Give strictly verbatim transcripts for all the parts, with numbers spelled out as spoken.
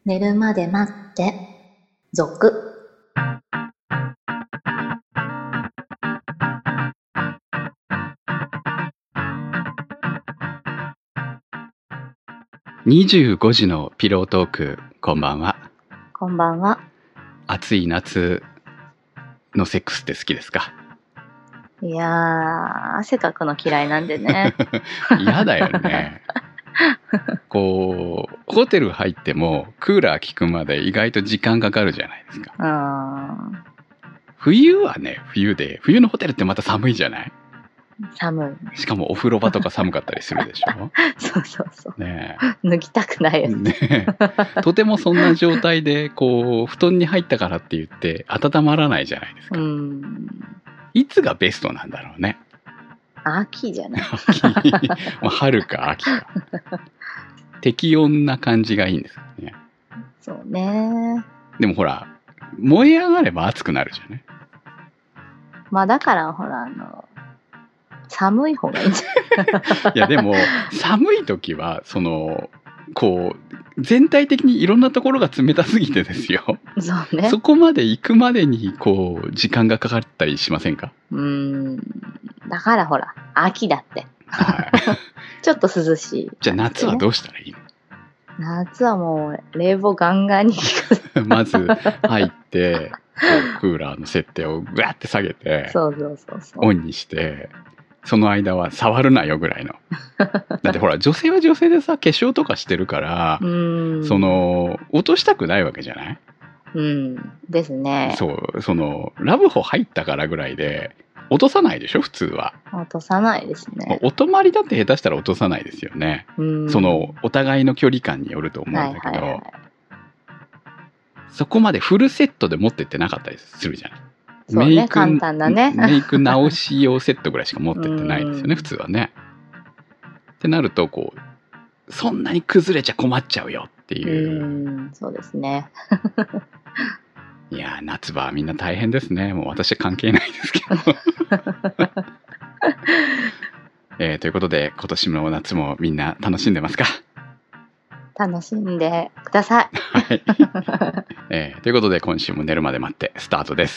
寝るまで待って、続。 にじゅうごじのピロートーク、こんばんは。 こんばんは。 暑い夏のセックスって好きですか？ いやー、汗かくの嫌いなんでね。 嫌だよね。こう、ホテル入ってもクーラー効くまで意外と時間かかるじゃないですか。 うーん。 冬はね、冬で、冬のホテルってまた寒いじゃない？ 寒い。 しかもお風呂場とか寒かったりするでしょ？ そうそうそう。 ね脱ぎたくないえ。 やつ。 ねえ。とてもそんな状態で、こう、布団に入ったからって言って温まらないじゃないですか。 うーん。 いつがベストなんだろうね。 秋じゃない。 秋。もう春か秋か。適温な感じがいいんですよね。 そうね。 でもほら、燃え上がれば熱くなるじゃない。 まあだからほら、あの、寒い方がいいんじゃない？ いやでも、寒い時は、その、こう、全体的にいろんなところが冷たすぎてですよ。 そうね。 そこまで行くまでに、こう、時間がかかったりしませんか？ うーん。だからほら、秋だって。 はい。 ちょっと涼しい、ね。 じゃあ夏はどうしたらいいの？ 夏はもう冷房ガンガンに効かまず入ってこうクーラーの設定をグワッて下げてそうそうそうそう。 オンにして、その間は触るなよぐらいの。だってほら女性は女性でさ、化粧とかしてるから、 うーん。 その落としたくないわけじゃない？ うんですね。 そうそのラブホ入ったからぐらいで落とさないでしょ普通は。 落とさないですね。 お泊まりだって下手したら落とさないですよね。 うんそのお互いの距離感によると思うんだけど、 はいはいはい、 そこまでフルセットで持ってってなかったりするじゃない。 そうね、 メイク簡単だね。 メイク直し用セットぐらいしか持ってってないですよねうん普通はね。ってなるとこうそんなに崩れちゃ困っちゃうよっていう。 うんそうですね。 いや夏場はみんな大変ですね。もう私は関係ないですけど、えー、ということで今年の夏もみんな楽しんでますか？ 楽しんでください。 はい、えー、ということで今週も寝るまで待ってスタートです。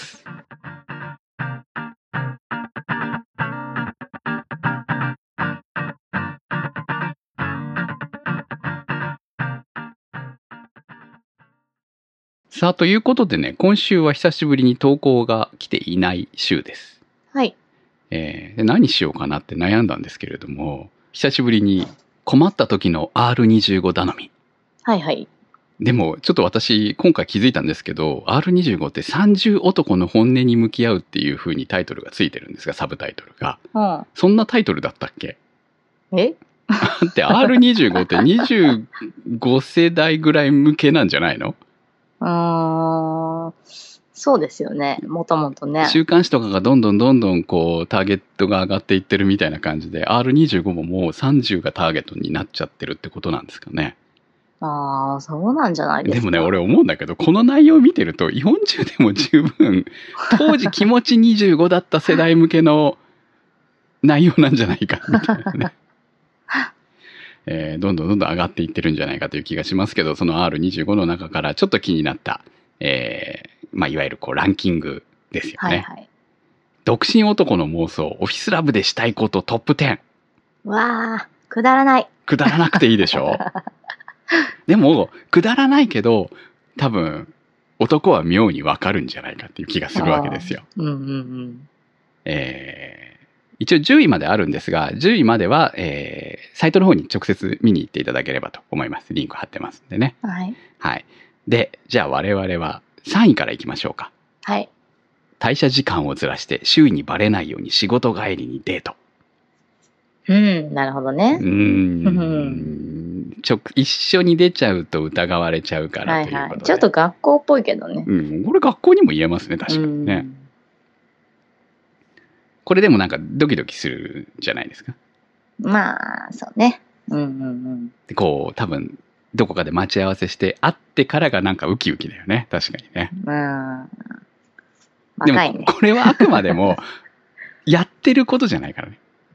さあということでね、今週は久しぶりに投稿が来ていない週です。 はい。 えー、で何しようかなって悩んだんですけれども、久しぶりに困った時の アールにじゅうご 頼み。 はいはい。 でもちょっと私今回気づいたんですけど アールにじゅうご ってさんじゅう男の本音に向き合うっていう風にタイトルがついてるんですが、サブタイトルが、 うん、 そんなタイトルだったっけ？ えだって アールにじゅうご ってにじゅうご世代ぐらい向けなんじゃないの？ うーんそうですよね、もともとね。 週刊誌とかがどんどんどんどんこうターゲットが上がっていってるみたいな感じで アールにじゅうご ももうさんじゅうがターゲットになっちゃってるってことなんですかね。 ああ、そうなんじゃないですか。 でもね、俺思うんだけど、この内容を見てるとよんじゅうでも十分当時気持ちにじゅうごだった世代向けの内容なんじゃないかみたいなね、えー、どんどんどんどん上がっていってるんじゃないかという気がしますけど、その アールにじゅうご の中からちょっと気になった、えーまあ、いわゆるこうランキングですよね。 はいはい。 独身男の妄想オフィスラブでしたいことトップじゅう。 わあ、くだらない。 くだらなくていいでしょでもくだらないけど多分男は妙にわかるんじゃないかっていう気がするわけですよ。 うんうんうん。 えー、一応じゅういまであるんですが、じゅういまでは、えー、サイトの方に直接見に行っていただければと思います。リンク貼ってますんでね。 はい。 はい。で、じゃあ我々はさんいからいきましょうか。 はい。 退社時間をずらして周囲にバレないように仕事帰りにデート。 うん、なるほどね。 うーん。ちょ一緒に出ちゃうと疑われちゃうからということで、はいはい、 ちょっと学校っぽいけどね。 うん、これ学校にも言えますね、確かにね。これでもなんかドキドキするじゃないですか。 まあそうね。うんうんうん。 でこう多分どこかで待ち合わせして会ってからがなんかウキウキだよね、確かにね。 まあ若いね。でもこれはあくまでもやってることじゃないからね。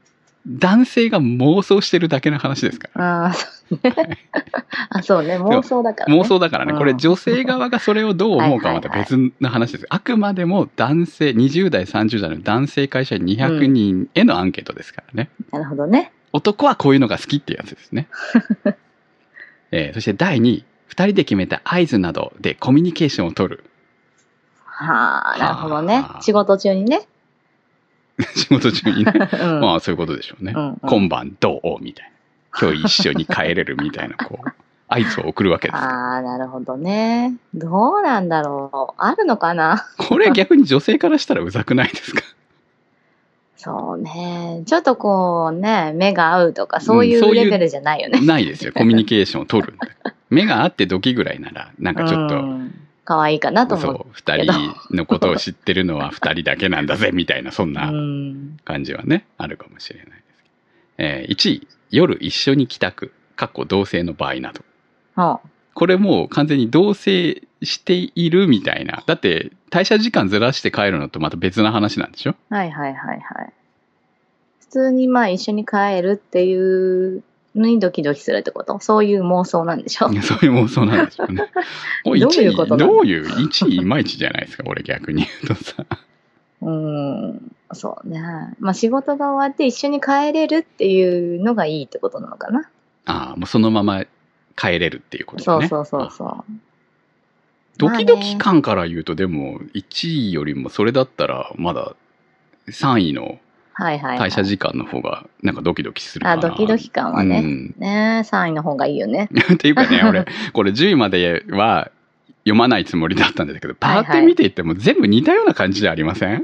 男性が妄想してるだけの話ですから。 ああ、そうね。あ、そうね。妄想だからね。 妄想だからね。これ女性側がそれをどう思うかはまた別の話です。あくまでも男性、にじゅう代、さんじゅう代の男性会社員にひゃくにんへのアンケートですからね。 うん、なるほどね。 男はこういうのが好きっていうやつですね。えー、そしてだいにい、ふたりで決めた合図などでコミュニケーションを取る。 はあ、なるほどね。仕事中にね。 仕事中にね。うん、まあそういうことでしょうね。 うんうん、 今晩どうみたいな。今日一緒に帰れるみたいな、こう、合図を送るわけです。 ああ、なるほどね。どうなんだろう。あるのかな。 これ逆に女性からしたらうざくないですか？ そうね。ちょっとこうね、目が合うとかそういうレベルじゃないよね。 うん、うないですよ。コミュニケーションを取るんだ。目が合ってドキぐらいなら、なんかちょっと。 可愛いかなと思う。 そう、二人のことを知ってるのは二人だけなんだぜ、みたいな、そんな感じはね、あるかもしれないですけど。えー、いちい、夜一緒に帰宅、かっこ同性の場合など。 はあ、 これもう完全に同棲しているみたいな。だって退社時間ずらして帰るのとまた別な話なんでしょ？ はいはいはいはい。普通にまあ一緒に帰るっていうのにドキドキするってこと？そういう妄想なんでしょ？そういう妄想なんでしょうね。どういうことなの？どういういちいいまいちじゃないですか、俺逆に言うとさ。 うーん、そうね。まあ仕事が終わって一緒に帰れるっていうのがいいってことなのかな。 ああ、もうそのまま帰れるっていうことだね。 そうそうそうそう。 ドキドキ感から言うと、でもいちいよりもそれだったらまださんいの退社時間の方がなんかドキドキするかな。 あ、ドキドキ感はね。うん、ねさんいの方がいいよね。 っていうかね、俺、これじゅういまでは読まないつもりだったんですけど、パーって見ていっても全部似たような感じじゃありません？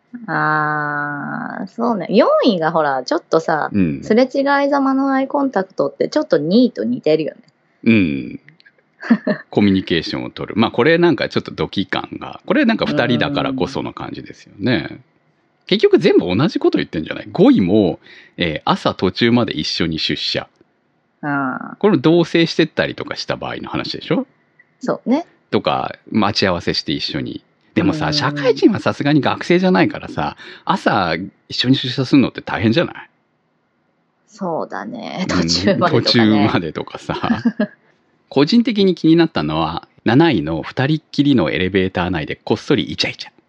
あー、そうね。よんいがほら、ちょっとさ、うん、すれ違いざまのアイコンタクトってちょっとにいと似てるよね。 うん。コミュニケーションを取る。まあこれなんかちょっとドキ感が、これなんかふたりだからこその感じですよね。結局全部同じこと言ってんじゃない？ ご 位も、えー、朝途中まで一緒に出社。 あ、 これ同棲してったりとかした場合の話でしょ？ そうね。 とか、待ち合わせして一緒に。でもさ、社会人はさすがに学生じゃないからさ、朝一緒に出社するのって大変じゃない？ そうだね。途中までとかね。 途中までとかさ。個人的に気になったのは、なないのふたりっきりのエレベーター内でこっそりイチャイチャ。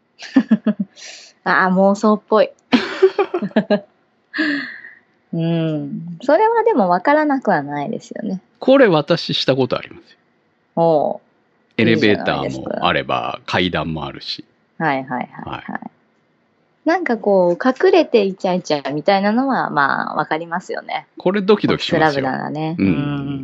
ああ、妄想っぽい。うん。それはでも分からなくはないですよね。 これ私したことありますよ。 おう。 エレベーターもあれば、階段もあるし。 はいはいはい、はい。はい。なんかこう、隠れてイチャイチャみたいなのは、まあ、分かりますよね。 これドキドキしますよ。 スラブならね。 うん。うん、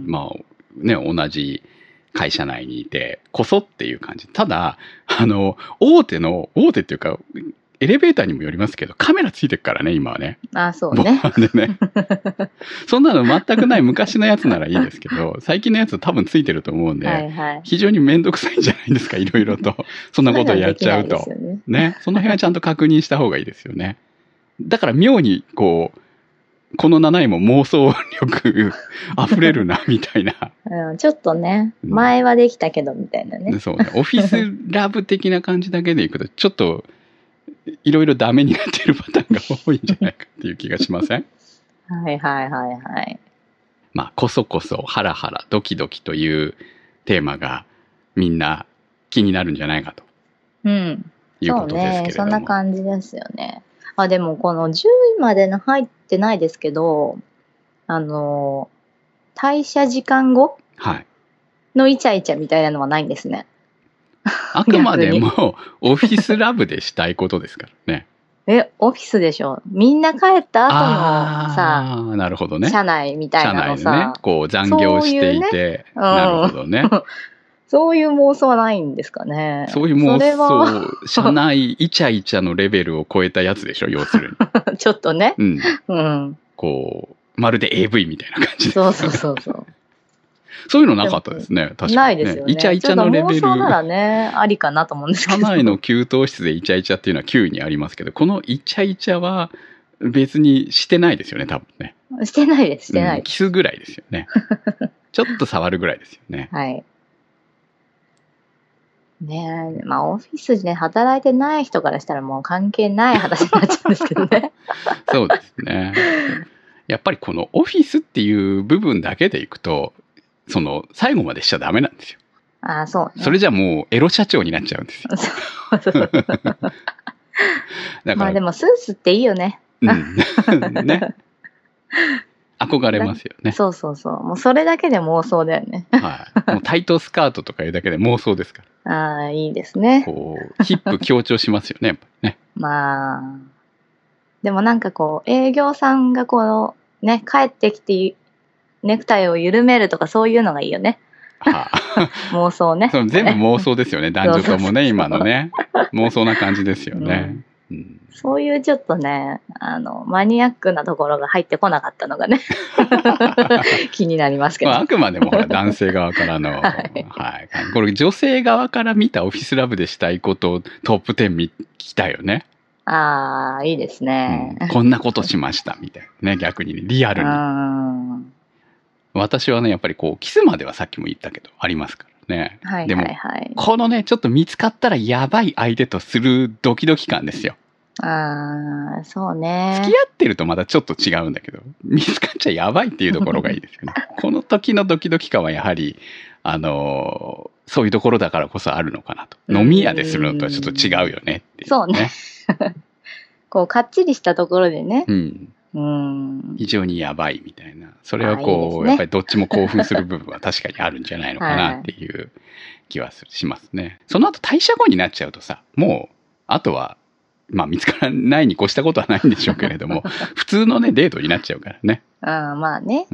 まあ、ね、同じ会社内にいて、こそっていう感じ。ただ、あの、大手の、大手っていうか、エレベーターにもよりますけど、カメラついてるからね、今はね。 あ、そうね。 でね。そんなの全くない昔のやつならいいですけど、最近のやつ多分ついてると思うんで、はいはい、非常にめんどくさいんじゃないですか、いろいろと。そんなことやっちゃうと。ね, ね。その辺はちゃんと確認した方がいいですよね。だから妙に、こう、このなないも妄想力溢れるな、みたいな、 うん。ちょっとね、前はできたけど、みたいなね。 そうね。オフィスラブ的な感じだけでいくと、ちょっと、いろいろダメになってるパターンが多いんじゃないかっていう気がしません？ はいはいはいはい。 まあ、こそこそ、ハラハラ、ドキドキというテーマがみんな気になるんじゃないかと。 うん。 いうことですけれども。そうね。 そんな感じですよね。あ、でもこのじゅういまでの入ってないですけど、あの、退社時間後のイチャイチャみたいなのはないんですね。 あくまでもオフィスラブでしたいことですからね。 え、オフィスでしょ。みんな帰った後のさ、 あ、なるほどね。 社内みたいなのさ、 ね、こう残業していて、う、ね、なるほどね。 そういう妄想はないんですかね。 そういう妄想、社内イチャイチャのレベルを超えたやつでしょ、要するに。ちょっとね。 うん。 うん。 こう、まるで エーブイ みたいな感じで。 そうそうそうそう。 そういうのなかったですね。確かに、ね。 ないですよね。 イチャイチャのレベル。 妄想ならね、ありかなと思うんですけど。 社内の給湯室でイチャイチャっていうのはきゅういにありますけど、このイチャイチャは別にしてないですよね、多分ね。 してないです、してないです。 うん、キスぐらいですよね。ちょっと触るぐらいですよね。 はい。 ねえ、まあオフィスで働いてない人からしたらもう関係ない話になっちゃうんですけどね。 そうですね。やっぱりこのオフィスっていう部分だけでいくと、その最後までしちゃダメなんですよ。 ああ、そうね。 それじゃもうエロ社長になっちゃうんですよ。 そうそうだからまあでもスーツっていいよね。 うん。ね。憧れますよね。 そうそうそう。もうそれだけで妄想だよね。 はい。もうタイトスカートとかいうだけで妄想ですから。 ああ、いいですね。 こう、ヒップ強調しますよね、やっぱりね。 まあ。でもなんかこう、営業さんがこう、ね、帰ってきて、ネクタイを緩めるとかそういうのがいいよね。はあ、妄想ね。 そう全部妄想ですよね、男女ともね、今のね。妄想な感じですよね。うんうん、 そういうちょっとね、あの、マニアックなところが入ってこなかったのがね、気になりますけど。 まあ、あくまでもほら男性側からの、はい、はい。これ女性側から見たオフィスラブでしたいことをトップじゅう聞きたいよね。 ああ、いいですね、 うん。こんなことしました、みたいなね、逆にね、リアルに。私はね、やっぱりこう、キスまではさっきも言ったけど、ありますからね。 はいはいはい。 でも、このね、ちょっと見つかったらやばい相手とするドキドキ感ですよ。 ああ、そうね。 付き合ってるとまたちょっと違うんだけど、見つかっちゃやばいっていうところがいいですよね。この時のドキドキ感はやはり、あのー、そういうところだからこそあるのかなと。飲み屋でするのとはちょっと違うよねっていう、ね。 そうね。こう、かっちりしたところでね。 うん。うん非常にやばいみたいな。それはこう、いいですね、やっぱりどっちも興奮する部分は確かにあるんじゃないのかなっていう気はしますね。その後退社後になっちゃうとさ、もう、あとは、まあ見つからないに越したことはないんでしょうけれども、普通のね、デートになっちゃうからね。 ああ、まあね。 うん。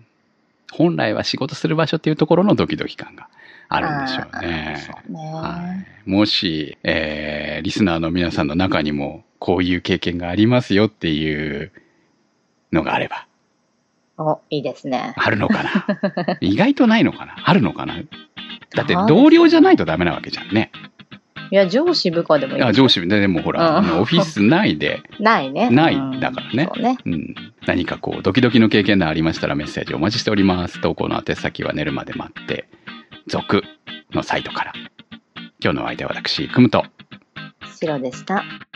本来は仕事する場所っていうところのドキドキ感があるんでしょうね。そうね。はい。もし、えー、リスナーの皆さんの中にも、こういう経験がありますよっていうのがあれば。 お、いいですね。 あるのかな意外とないのかなあるのかなだって同僚じゃないとダメなわけじゃんね。 いや、上司部下でもいい。 あ、上司で、でもほら、うん、オフィス内で。 ないね。 ない、だからね。そうね。うん。何かこう、ドキドキの経験がありましたらメッセージお待ちしております。投稿の宛先は寝るまで待って、続のサイトから。今日のお相手は私、くむと。 シロでした。